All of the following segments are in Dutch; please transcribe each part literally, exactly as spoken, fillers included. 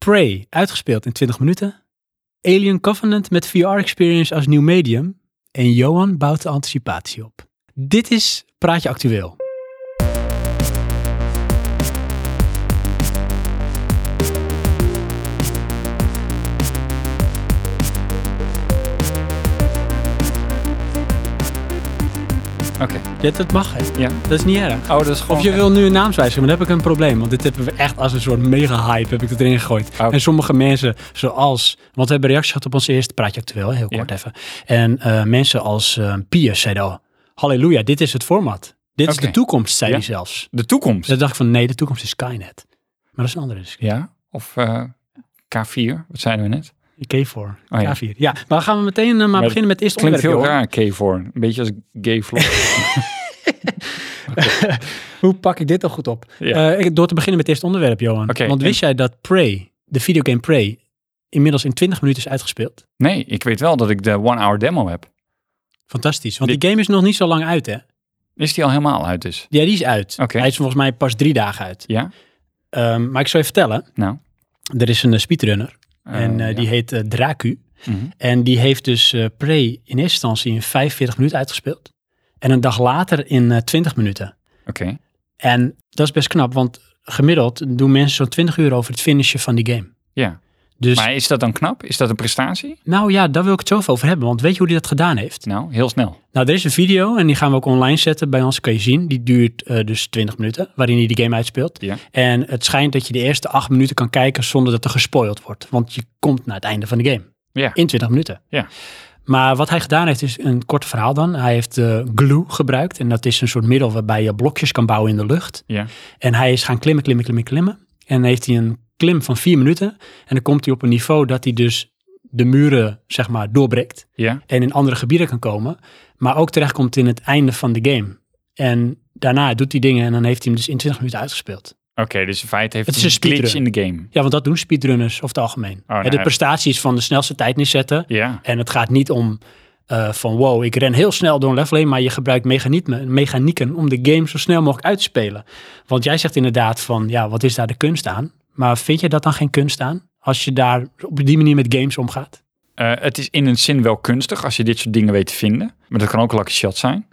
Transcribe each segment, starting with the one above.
Prey, uitgespeeld in twintig minuten. Alien Covenant met V R-experience als nieuw medium. En Johan bouwt de anticipatie op. Dit is Praatje Actueel. Oké. Ja, dat mag, hè? Ja. Dat is niet erg. Oh, dat is gewoon... Of je wil nu een naamswijziging, maar dan heb ik een probleem. Want dit hebben we echt als een soort mega-hype heb ik het erin gegooid. Oh. En sommige mensen, zoals... Want we hebben reacties gehad op ons eerste Praatje Actueel, heel kort Ja. even. En uh, mensen als uh, Piers zeiden, oh, halleluja, dit is het format. Dit is Oké. de toekomst, zei Ja. hij zelfs. De toekomst. Dus dacht ik van, nee, de toekomst is Skynet. Maar dat is een andere discussie. Ja. Of uh, K vier. Wat zeiden we net? K vier. Oh, ja. K vier. Ja, maar dan gaan we meteen uh, maar, Maar beginnen met het eerste Klinkt onderwerp. heel Johan. raar, K voor. Een beetje als gay vlog. Hoe pak ik dit dan goed op? Ja. Uh, door te beginnen met het eerste onderwerp, Johan. Oké, Want wist en- jij dat Prey, de videogame Prey, inmiddels in twintig minuten is uitgespeeld? Nee, ik weet wel dat ik de one-hour demo heb. Fantastisch, want Dit- die game is nog niet zo lang uit, hè? Is die al helemaal uit dus? Ja, die is uit. Oké. Hij is volgens mij pas drie dagen uit. Ja? Um, maar ik zal je vertellen, Nou. er is een uh, speedrunner Uh, en uh, ja. die heet uh, Dracu. Mhm. En die heeft dus uh, Prey in eerste instantie in vijfenveertig minuten uitgespeeld. En een dag later in uh, twintig minuten. Oké. En dat is best knap, want gemiddeld doen mensen zo'n twintig uur over het finishen van die game. Ja. Dus, Maar is dat dan knap? Is dat een prestatie? nou ja, daar wil ik het zo even over hebben. Want weet je hoe hij dat gedaan heeft? Nou, heel snel. Nou, er is een video en die gaan we ook online zetten bij ons, kan je zien. Die duurt uh, dus twintig minuten, waarin hij die game uitspeelt. Ja. En het schijnt dat je de eerste acht minuten kan kijken zonder dat er gespoild wordt. Want je komt naar het einde van de game. Ja. In twintig minuten. Ja. Maar wat hij gedaan heeft is een kort verhaal dan. Hij heeft uh, glue gebruikt en dat is een soort middel waarbij je blokjes kan bouwen in de lucht. Ja. En hij is gaan klimmen, klimmen, klimmen, klimmen. En dan heeft hij een klim van vier minuten. En dan komt hij op een niveau dat hij dus de muren, zeg maar, doorbreekt. Ja. En in andere gebieden kan komen. Maar ook terechtkomt in het einde van de game. En daarna doet hij dingen en dan heeft hij hem dus in twintig minuten uitgespeeld. Oké, dus in feite heeft Het het is een een glitch in speedrun. de game. Ja, want dat doen speedrunners over het algemeen. nou En de ja. prestaties van de snelste tijd neerzetten. Ja. En het gaat niet om uh, van wow, ik ren heel snel door een level heen, maar je gebruikt mechanieken, mechanieken om de game zo snel mogelijk uit te spelen. Want jij zegt inderdaad van, ja, wat is daar de kunst aan? Maar vind je dat dan geen kunst aan? Als je daar op die manier met games omgaat? Uh, het is in een zin wel kunstig als je dit soort dingen weet te vinden. Maar dat kan ook een lucky shot zijn.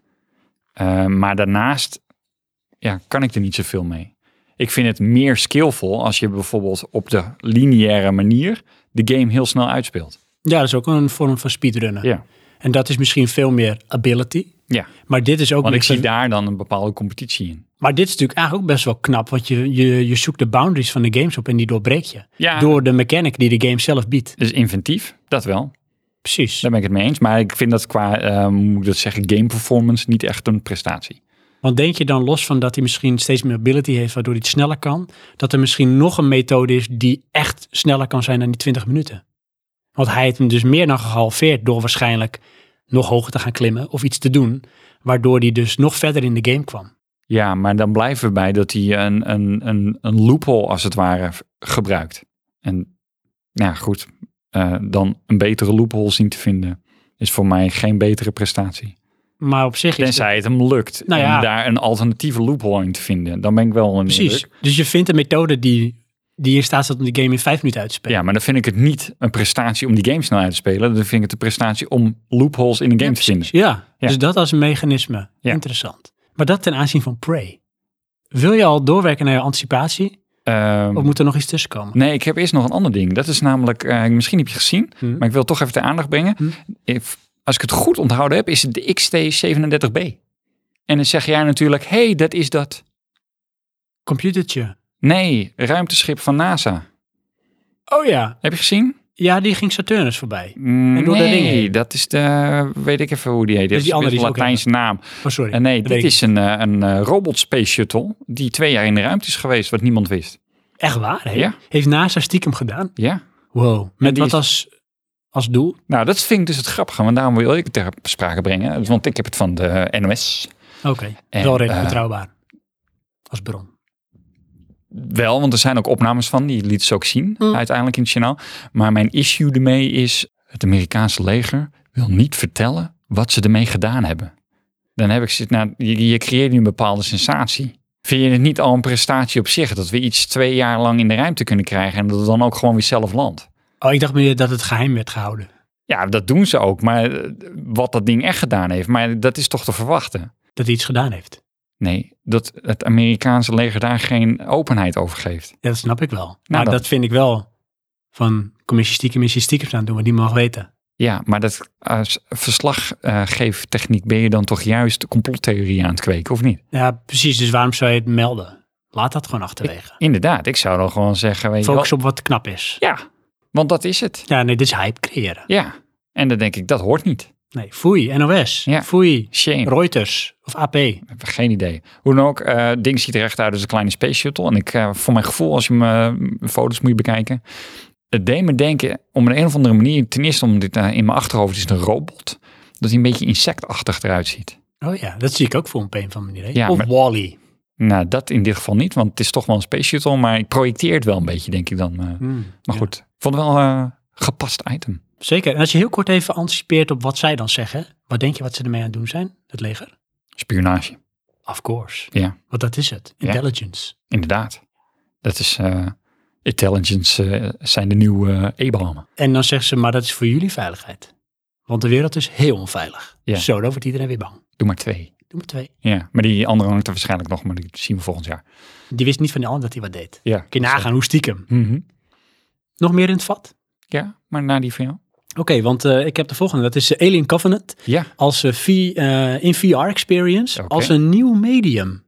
Uh, maar daarnaast ja, kan ik er niet zoveel mee. Ik vind het meer skillvol als je bijvoorbeeld op de lineaire manier de game heel snel uitspeelt. Ja, dat is ook een vorm van speedrunnen. Ja. En dat is misschien veel meer ability. Ja, Maar dit is ook want ik meer- zie daar dan een bepaalde competitie in. Maar dit is natuurlijk eigenlijk ook best wel knap, want je, je, je zoekt de boundaries van de games op en die doorbreek je. Ja, Door de mechanic die de game zelf biedt. dus inventief, dat wel. Precies. Daar ben ik het mee eens. Maar ik vind dat qua, uh, moet ik dat zeggen, game performance niet echt een prestatie. Want denk je dan los van dat hij misschien steeds meer ability heeft, waardoor hij het sneller kan, dat er misschien nog een methode is die echt sneller kan zijn dan die twintig minuten? Want hij heeft hem dus meer dan gehalveerd door waarschijnlijk nog hoger te gaan klimmen of iets te doen, waardoor hij dus nog verder in de game kwam. Ja, maar dan blijven we bij dat hij een, een, een, een loophole als het ware v- gebruikt. En ja, goed, uh, dan een betere loophole zien te vinden is voor mij geen betere prestatie. Maar op zich is Tenzij het hem lukt Nou ja. om daar een alternatieve loophole in te vinden. Dan ben ik wel een precies. indruk. Dus je vindt een methode die, die in staat staat om die game in vijf minuten uit te spelen. Ja, maar dan vind ik het niet een prestatie om die game snel uit te spelen. Dan vind ik het een prestatie om loopholes in een game te vinden. Ja, Ja. dus dat als een mechanisme. Ja. Interessant. Maar dat ten aanzien van Prey. Wil je al doorwerken naar je anticipatie? Um, Of moet er nog iets tussen komen? nee, ik heb eerst nog een ander ding. Dat is namelijk, uh, misschien heb je gezien, Hm. maar ik wil toch even de aandacht brengen. Hm. If, als ik het goed onthouden heb, is het de X T zevenendertig B. En dan zeg jij natuurlijk, hé, hey, dat is dat. Computertje. Nee, ruimteschip van NASA. Oh ja. Heb je gezien? Ja, die ging Saturnus voorbij. Nee, door de ring heen. dat is de, weet ik even hoe die heet. Dat Dus die is andere een die is ook Latijnse naam. Oh, sorry. En nee, Dat dit weet ik is een, uh, een uh, robot space shuttle die twee jaar in de ruimte is geweest, wat niemand wist. Echt waar, hè? Ja. Heeft NASA stiekem gedaan? Ja. Wow. Met die wat is- als, als doel? Nou, dat vind ik dus het grappige, want daarom wil ik het ter sprake brengen. Want ik heb het van de N O S. Oké, En, wel redelijk uh, betrouwbaar. Als bron. Wel, want er zijn ook opnames van, die liet ze ook zien, Hm. uiteindelijk in het journaal. Maar mijn issue ermee is, het Amerikaanse leger wil niet vertellen wat ze ermee gedaan hebben. Dan heb ik zit, nou, je, je creëert nu een bepaalde sensatie. Vind je het niet al een prestatie op zich? Dat we iets twee jaar lang in de ruimte kunnen krijgen en dat het dan ook gewoon weer zelf landt? Oh, ik dacht meer dat het geheim werd gehouden. Ja, dat doen ze ook. Maar wat dat ding echt gedaan heeft, maar dat is toch te verwachten? Dat hij iets gedaan heeft. Nee, dat het Amerikaanse leger daar geen openheid over geeft. Ja, dat snap ik wel. Nou, maar dan. dat vind ik wel van commissie stiekem, missie stiekem aan doen, wat die mag weten. Ja, maar dat als verslaggeeftechniek ben je dan toch juist complottheorie aan het kweken, of niet? Ja, precies. Dus waarom zou je het melden? Laat dat gewoon achterwege. Ik, inderdaad, ik zou dan gewoon zeggen... Weet Focus je op wat knap is. Ja, want dat is het. Ja, nee, dit is hype creëren. Ja, en dan denk ik, dat hoort niet. Nee, foei, N O S, Ja. foei, Shame. Reuters of A P. Ik heb geen idee. Hoe dan ook, uh, het ding ziet er echt uit als een kleine space shuttle. En ik, uh, voor mijn gevoel, als je mijn uh, foto's moet je bekijken... Het deed me denken, om een, een of andere manier... Ten eerste, om dit uh, in mijn achterhoofd is het een robot... Dat hij een beetje insectachtig eruit ziet. Oh ja, dat zie ik ook voor een op een of andere manier. Ja, of maar- Wall-E. Nou, dat in dit geval niet, want het is toch wel een space shuttle, maar ik projecteer het wel een beetje, denk ik dan. Uh, Hmm, maar ja. goed, ik vond het wel een uh, gepast item. Zeker. En als je heel kort even anticipeert op wat zij dan zeggen. Wat denk je wat ze ermee aan het doen zijn? Het leger? Spionage, Of course. ja, Want dat is het. Ja. Intelligence. inderdaad. Dat is, uh, intelligence uh, zijn de nieuwe uh, Abraham. En dan zeggen ze, maar dat is voor jullie veiligheid. Want de wereld is heel onveilig. Ja. Zo, dan wordt iedereen weer bang. Doe maar twee. Doe maar twee. Ja, maar die andere hangt er waarschijnlijk nog, maar die zien we volgend jaar. Die wist niet van die ander dat hij wat deed. Ja, Kun je nagaan hoe stiekem. Mm-hmm. Nog meer in het vat? Ja, maar na die van jou? Oké, want uh, ik heb de volgende. Dat is uh, Alien Covenant. Ja, Als uh, v, uh, in V R-experience. Oké. Als een nieuw medium.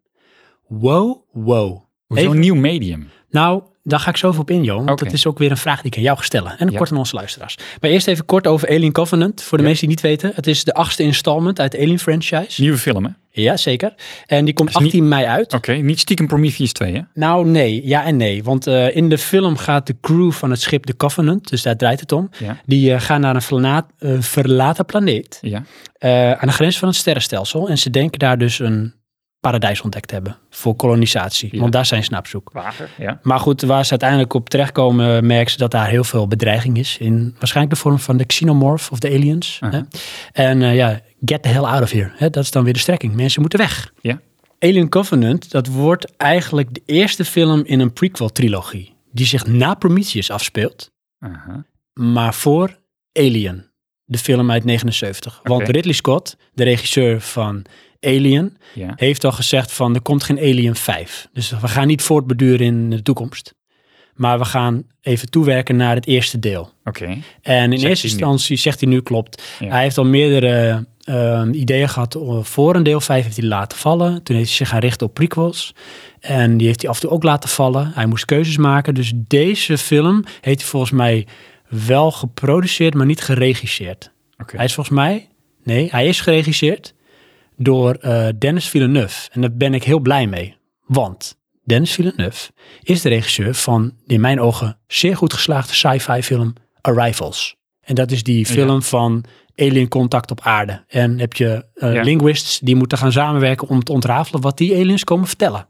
Wow, wow. hoezo Even- een nieuw medium? Nou, daar ga ik zo even op in, Johan. Want Oké. dat is ook weer een vraag die ik aan jou ga stellen. En ook Ja. kort aan onze luisteraars. Maar eerst even kort over Alien Covenant. Voor de Ja. mensen die het niet weten. Het is de achtste installment uit de Alien franchise. Nieuwe film, hè? Ja, zeker. En die komt Is niet- achttien mei uit. Oké, niet stiekem Prometheus twee, hè? Nou, nee. Ja en nee. Want uh, in de film gaat de crew van het schip de Covenant, dus daar draait het om, Ja. die uh, gaan naar een verlaat, uh, verlaten planeet Ja, uh, aan de grens van het sterrenstelsel. En ze denken daar dus een paradijs ontdekt te hebben voor kolonisatie. Ja. Want daar zijn ze naar op zoek. water, ja. Maar goed, waar ze uiteindelijk op terechtkomen, merken ze dat daar heel veel bedreiging is. In waarschijnlijk de vorm van de xenomorph of de aliens. Uh-huh. Hè? En uh, ja, get the hell out of here. Hè? Dat is dan weer de strekking. Mensen moeten weg. Ja. Alien Covenant, dat wordt eigenlijk de eerste film in een prequel-trilogie. Die zich na Prometheus afspeelt, Aha. maar voor Alien. De film uit negenenzeventig. Want Oké. Ridley Scott, de regisseur van Alien, Ja. heeft al gezegd van er komt geen Alien vijf. Dus we gaan niet voortbeduren in de toekomst. Maar we gaan even toewerken naar het eerste deel. Oké. En in Zegt eerste hij nu. instantie zegt hij nu klopt. Ja. Hij heeft al meerdere uh, ideeën gehad voor een deel vijf heeft hij laten vallen. Toen heeft hij zich gaan richten op prequels. En die heeft hij af en toe ook laten vallen. Hij moest keuzes maken. Dus deze film heeft hij volgens mij wel geproduceerd, maar niet geregisseerd. Oké. Hij is volgens mij, nee, hij is geregisseerd door uh, Denis Villeneuve. En daar ben ik heel blij mee. Want Denis Villeneuve is de regisseur van, in mijn ogen, zeer goed geslaagde sci-fi film Arrivals. En dat is die film Ja. van alien contact op aarde. En heb je uh, Ja. linguists die moeten gaan samenwerken om te ontrafelen wat die aliens komen vertellen.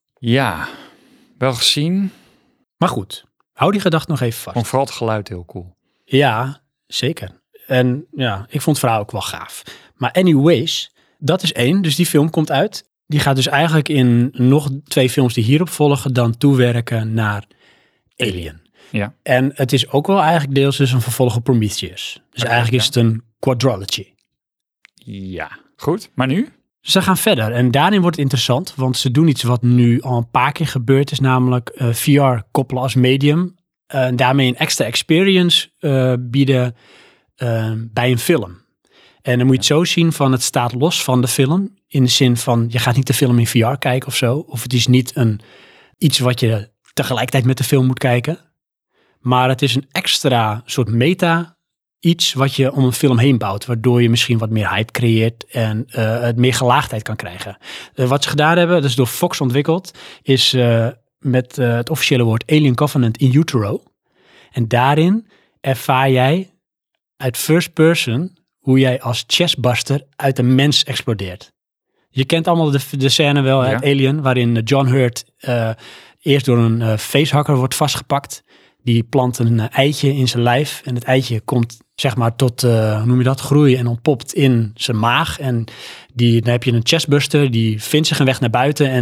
Ja, wel gezien. Maar goed, hou die gedachte nog even vast. Vond vooral het geluid heel cool. Ja, zeker. En ja, ik vond het verhaal ook wel gaaf. Maar anyways, dat is één. Dus die film komt uit. Die gaat dus eigenlijk in nog twee films die hierop volgen dan toewerken naar Alien. Ja. En het is ook wel eigenlijk deels dus een vervolg op Prometheus. Dus Oké, eigenlijk ja. is het een quadrology. Ja. Goed, maar nu? Ze gaan verder en daarin wordt het interessant, want ze doen iets wat nu al een paar keer gebeurd is, namelijk uh, V R koppelen als medium. Uh, en daarmee een extra experience uh, bieden uh, bij een film. En dan moet je het zo zien van het staat los van de film. In de zin van, je gaat niet de film in V R kijken of zo. Of het is niet een, iets wat je tegelijkertijd met de film moet kijken. Maar het is een extra soort meta iets wat je om een film heen bouwt. Waardoor je misschien wat meer hype creëert en uh, het meer gelaagdheid kan krijgen. Uh, wat ze gedaan hebben, dat is door Fox ontwikkeld, is uh, met uh, het officiële woord Alien Covenant in Utero. En daarin ervaar jij uit first person hoe jij als chestbuster uit een mens explodeert. Je kent allemaal de, de scène wel, Ja. hè, Alien, waarin John Hurt uh, eerst door een uh, facehacker wordt vastgepakt. Die plant een uh, eitje in zijn lijf en het eitje komt zeg maar tot, uh, hoe noem je dat, groeien en ontpopt in zijn maag. En die, dan heb je een chestbuster, die vindt zich een weg naar buiten en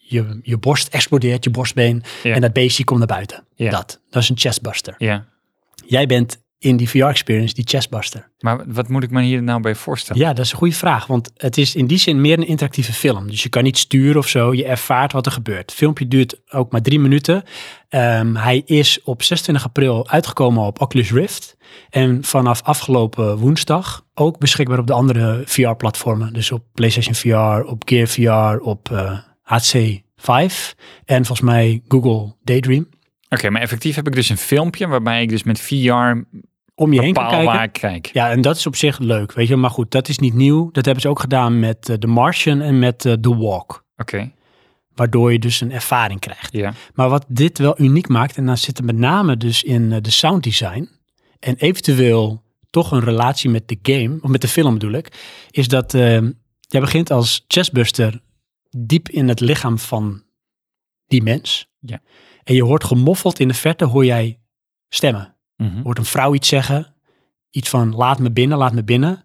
je, je borst explodeert, je borstbeen. Ja. En dat beestje komt naar buiten. Ja. Dat, dat is een chestbuster. Ja. Jij bent in die V R-experience die chestbuster. Maar wat moet ik me hier nou bij voorstellen? Ja, dat is een goede vraag. Want het is in die zin meer een interactieve film. Dus je kan niet sturen of zo. Je ervaart wat er gebeurt. Het filmpje duurt ook maar drie minuten. Um, hij is op zesentwintig april uitgekomen op Oculus Rift. En vanaf afgelopen woensdag ook beschikbaar op de andere V R-platformen. Dus op PlayStation V R, op Gear V R, op uh, H T C vijf. En volgens mij Google Daydream. Oké, okay, maar effectief heb ik dus een filmpje waarbij ik dus met V R om je heen kan kijken. Waar ik kijk. Ja, en dat is op zich leuk, weet je. Maar goed, dat is niet nieuw. Dat hebben ze ook gedaan met uh, The Martian en met uh, The Walk. Oké. Okay. Waardoor je dus een ervaring krijgt. Ja. Maar wat dit wel uniek maakt, en dan zit het met name dus in uh, de sounddesign en eventueel toch een relatie met de game, of met de film bedoel ik, is dat uh, jij begint als chestbuster diep in het lichaam van die mens. Ja. En je hoort gemoffeld in de verte, hoor jij stemmen. Mm-hmm. Hoort een vrouw iets zeggen, iets van laat me binnen, laat me binnen.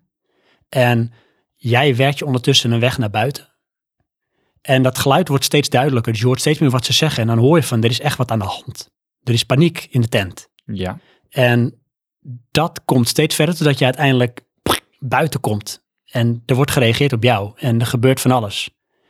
En jij werkt je ondertussen een weg naar buiten. En dat geluid wordt steeds duidelijker, dus je hoort steeds meer wat ze zeggen. En dan hoor je van, er is echt wat aan de hand. Er is paniek in de tent. Ja. En dat komt steeds verder, totdat je uiteindelijk buiten komt. En er wordt gereageerd op jou. En er gebeurt van alles.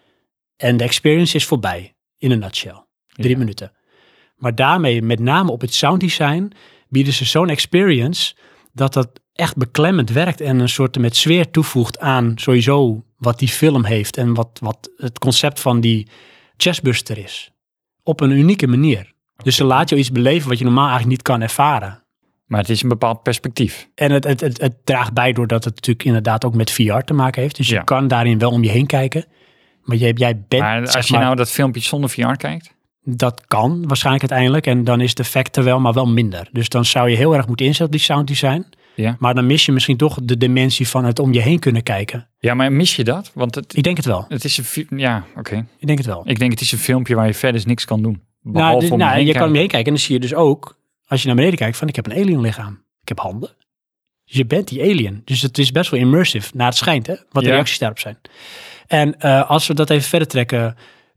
En de experience is voorbij, in een nutshell. Drie ja. minuten. Maar daarmee, met name op het sounddesign, bieden ze zo'n experience dat dat echt beklemmend werkt en een soort met sfeer toevoegt aan sowieso wat die film heeft en wat, wat het concept van die chestbuster is. Op een unieke manier. Dus ze laat je iets beleven wat je normaal eigenlijk niet kan ervaren. Maar het is een bepaald perspectief. En het, het, het, het draagt bij doordat het natuurlijk inderdaad ook met V R te maken heeft. Dus je ja. kan daarin wel om je heen kijken. Maar jij, jij bent... Maar als zeg je maar, nou dat filmpje zonder V R kijkt? Dat kan waarschijnlijk uiteindelijk. En dan is de effect er wel, maar wel minder. Dus dan zou je heel erg moeten inzetten op die sounddesign. Ja. Maar dan mis je misschien toch de dimensie van het om je heen kunnen kijken. Ja, maar mis je dat? Want het, ik denk het wel. Het is een, ja, oké. Okay. Ik denk het wel. Ik denk het is een filmpje waar je verder niks kan doen. Nou, de, nou je, je kan om je heen kijken en dan zie je dus ook, als je naar beneden kijkt, van ik heb een alien lichaam. Ik heb handen. Dus je bent die alien. Dus het is best wel immersive, naar het schijnt, hè, wat de ja. reacties daarop zijn. En uh, als we dat even verder trekken,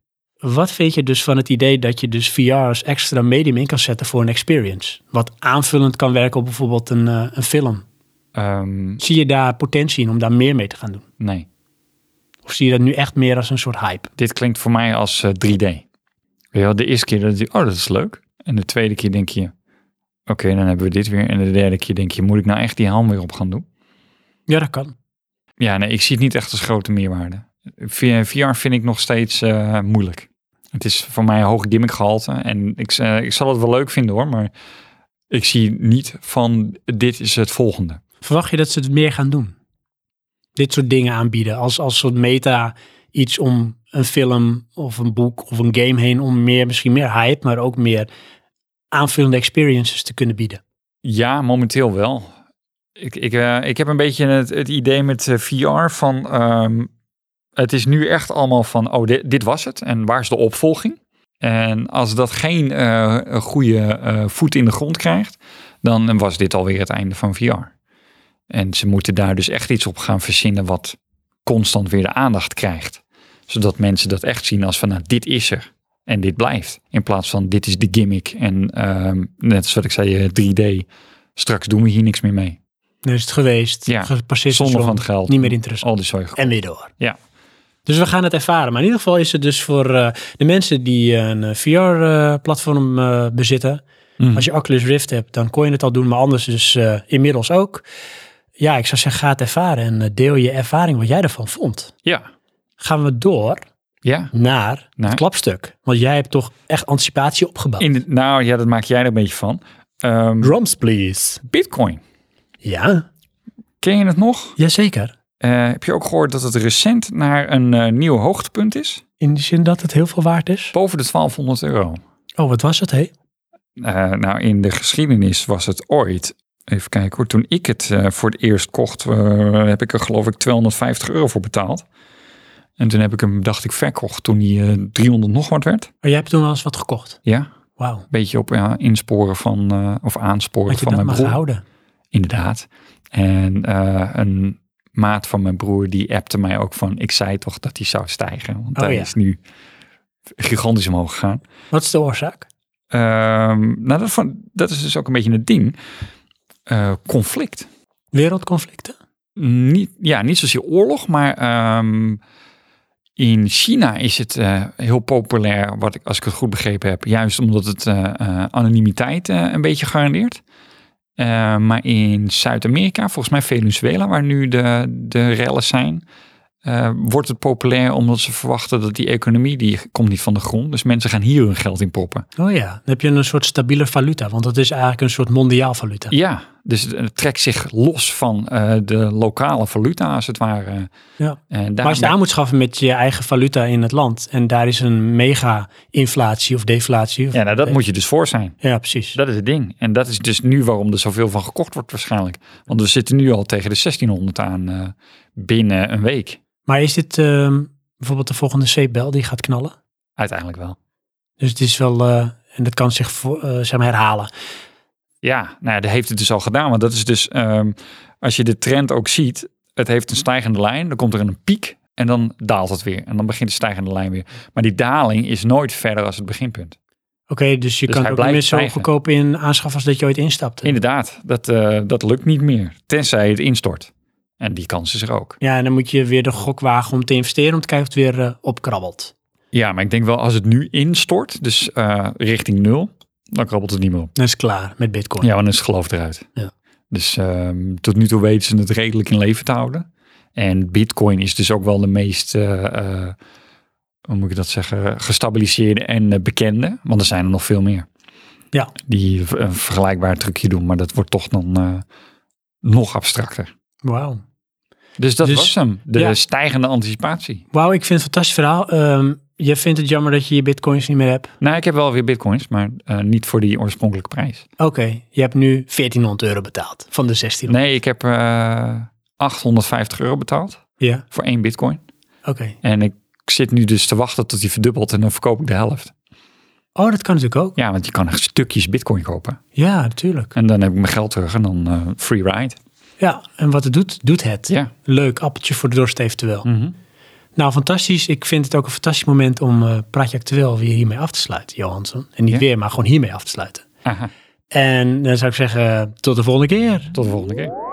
wat vind je dus van het idee dat je dus V R als extra medium in kan zetten voor een experience? Wat aanvullend kan werken op bijvoorbeeld een, uh, een film. Um, zie je daar potentie in om daar meer mee te gaan doen? Nee. Of zie je dat nu echt meer als een soort hype? Dit klinkt voor mij als uh, drie D. Weet je wel, de eerste keer dat je, oh dat is leuk. En de tweede keer denk je, oké, okay, dan hebben we dit weer. En de derde keer denk je, moet ik nou echt die helm weer op gaan doen? Ja, dat kan. Ja, nee, ik zie het niet echt als grote meerwaarde. V R vind ik nog steeds uh, moeilijk. Het is voor mij een hoge gimmickgehalte. En ik, uh, ik zal het wel leuk vinden hoor, maar ik zie niet van dit is het volgende. Verwacht je dat ze het meer gaan doen? Dit soort dingen aanbieden als, als soort meta iets om een film of een boek of een game heen om meer, misschien meer hype, maar ook meer aanvullende experiences te kunnen bieden? Ja, momenteel wel. Ik, ik, uh, ik heb een beetje het, het idee met uh, V R van um, het is nu echt allemaal van oh dit, dit was het en waar is de opvolging? En als dat geen uh, een goede uh, voet in de grond krijgt, dan was dit alweer het einde van V R. En ze moeten daar dus echt iets op gaan verzinnen wat constant weer de aandacht krijgt. Zodat mensen dat echt zien als van nou dit is er en dit blijft. In plaats van dit is de gimmick en um, net zoals wat ik zei drie D, straks doen we hier niks meer mee. Nu is het geweest, ja, gepasseerd zonder van het geld. Niet meer interessant. Al die zooi en weer door. Ja. Dus we gaan het ervaren. Maar in ieder geval is het dus voor uh, de mensen die een V R-platform uh, uh, bezitten. Mm. Als je Oculus Rift hebt, dan kon je het al doen. Maar anders dus uh, inmiddels ook. Ja, ik zou zeggen, ga het ervaren. En uh, deel je ervaring wat jij ervan vond. Ja. Gaan we door ja. naar nou. het klapstuk. Want jij hebt toch echt anticipatie opgebouwd. In de, nou ja, dat maak jij er een beetje van. Um, Drums, please. Bitcoin. Ja. Ken je het nog? Jazeker. Uh, heb je ook gehoord dat het recent naar een uh, nieuw hoogtepunt is? In de zin dat het heel veel waard is? Boven de twaalfhonderd euro. Oh, wat was het, hé? Uh, nou, in de geschiedenis was het ooit... Even kijken hoor. Toen ik het uh, voor het eerst kocht, uh, heb ik er geloof ik tweehonderdvijftig euro voor betaald. En toen heb ik hem, dacht ik, verkocht toen hij uh, driehonderd nog wat werd. Maar jij hebt toen wel eens wat gekocht? Ja. Wauw. Een beetje op ja, insporen van, uh, of aansporen Had je van dat mijn maar broer. gehouden? Inderdaad. En uh, een maat van mijn broer, die appte mij ook van, ik zei toch dat hij zou stijgen. Want oh, hij ja. is nu gigantisch omhoog gegaan. Wat is de oorzaak? Um, nou, dat, van, dat is dus ook een beetje het ding. Uh, conflict. Wereldconflicten? Niet, ja, niet zozeer oorlog, maar um, in China is het uh, heel populair, wat ik, als ik het goed begrepen heb, juist omdat het uh, uh, anonimiteit uh, een beetje garandeert. Uh, maar in Zuid-Amerika, volgens mij Venezuela, waar nu de, de rellen zijn, uh, wordt het populair omdat ze verwachten dat die economie, die komt niet van de grond. Dus mensen gaan hier hun geld in proppen. Oh ja, dan heb je een soort stabiele valuta, want dat is eigenlijk een soort mondiaal valuta. Ja, dus het trekt zich los van uh, de lokale valuta, als het ware. Ja. En maar als je aan moet schaffen met je eigen valuta in het land en daar is een mega-inflatie of deflatie. Of ja, nou dat moet je dus voor zijn. Ja, precies. Dat is het ding. En dat is dus nu waarom er zoveel van gekocht wordt waarschijnlijk. Want we zitten nu al tegen de zestienhonderd aan uh, binnen een week. Maar is dit uh, bijvoorbeeld de volgende zeepbel die gaat knallen? Uiteindelijk wel. Dus het is wel, uh, en dat kan zich uh, zeg maar herhalen. Ja, nou ja, dat heeft het dus al gedaan. Want dat is dus, um, als je de trend ook ziet, het heeft een stijgende lijn. Dan komt er een piek en dan daalt het weer. En dan begint de stijgende lijn weer. Maar die daling is nooit verder als het beginpunt. Oké, okay, dus je dus kan ook niet meer zo goedkoop in aanschaffen als dat je ooit instapte. Inderdaad, dat, uh, dat lukt niet meer. Tenzij het instort. En die kans is er ook. Ja, en dan moet je weer de gok wagen om te investeren om te kijken of het weer uh, opkrabbelt. Ja, maar ik denk wel als het nu instort, dus uh, richting nul, dan krabbelt het niet meer op. Dan is het klaar met Bitcoin. Ja, want dan is het geloof eruit. Ja. Dus um, tot nu toe weten ze het redelijk in leven te houden. En Bitcoin is dus ook wel de meest, uh, uh, hoe moet ik dat zeggen, gestabiliseerde en uh, bekende. Want er zijn er nog veel meer. Ja. Die een uh, vergelijkbaar trucje doen, maar dat wordt toch dan uh, nog abstracter. Wauw. Dus dat dus, was hem, de ja. stijgende anticipatie. Wauw, ik vind het een fantastisch verhaal. Um, je vindt het jammer dat je je bitcoins niet meer hebt? Nou, ik heb wel weer bitcoins, maar uh, niet voor die oorspronkelijke prijs. Oké, okay, je hebt nu veertienhonderd euro betaald van de zestienhonderd. Nee, ik heb uh, achthonderdvijftig euro betaald ja. voor één bitcoin. Oké. Okay. En ik zit nu dus te wachten tot die verdubbelt en dan verkoop ik de helft. Oh, dat kan natuurlijk ook. Ja, want je kan echt stukjes bitcoin kopen. Ja, natuurlijk. En dan heb ik mijn geld terug en dan uh, free ride. Ja, en wat het doet, doet het. Ja. Leuk, appeltje voor de dorst eventueel. Mm-hmm. Nou, fantastisch. Ik vind het ook een fantastisch moment om uh, Praatje Actueel weer hiermee af te sluiten, Johansson. En niet ja. weer, maar gewoon hiermee af te sluiten. Aha. En dan zou ik zeggen, tot de volgende keer. Tot de volgende keer.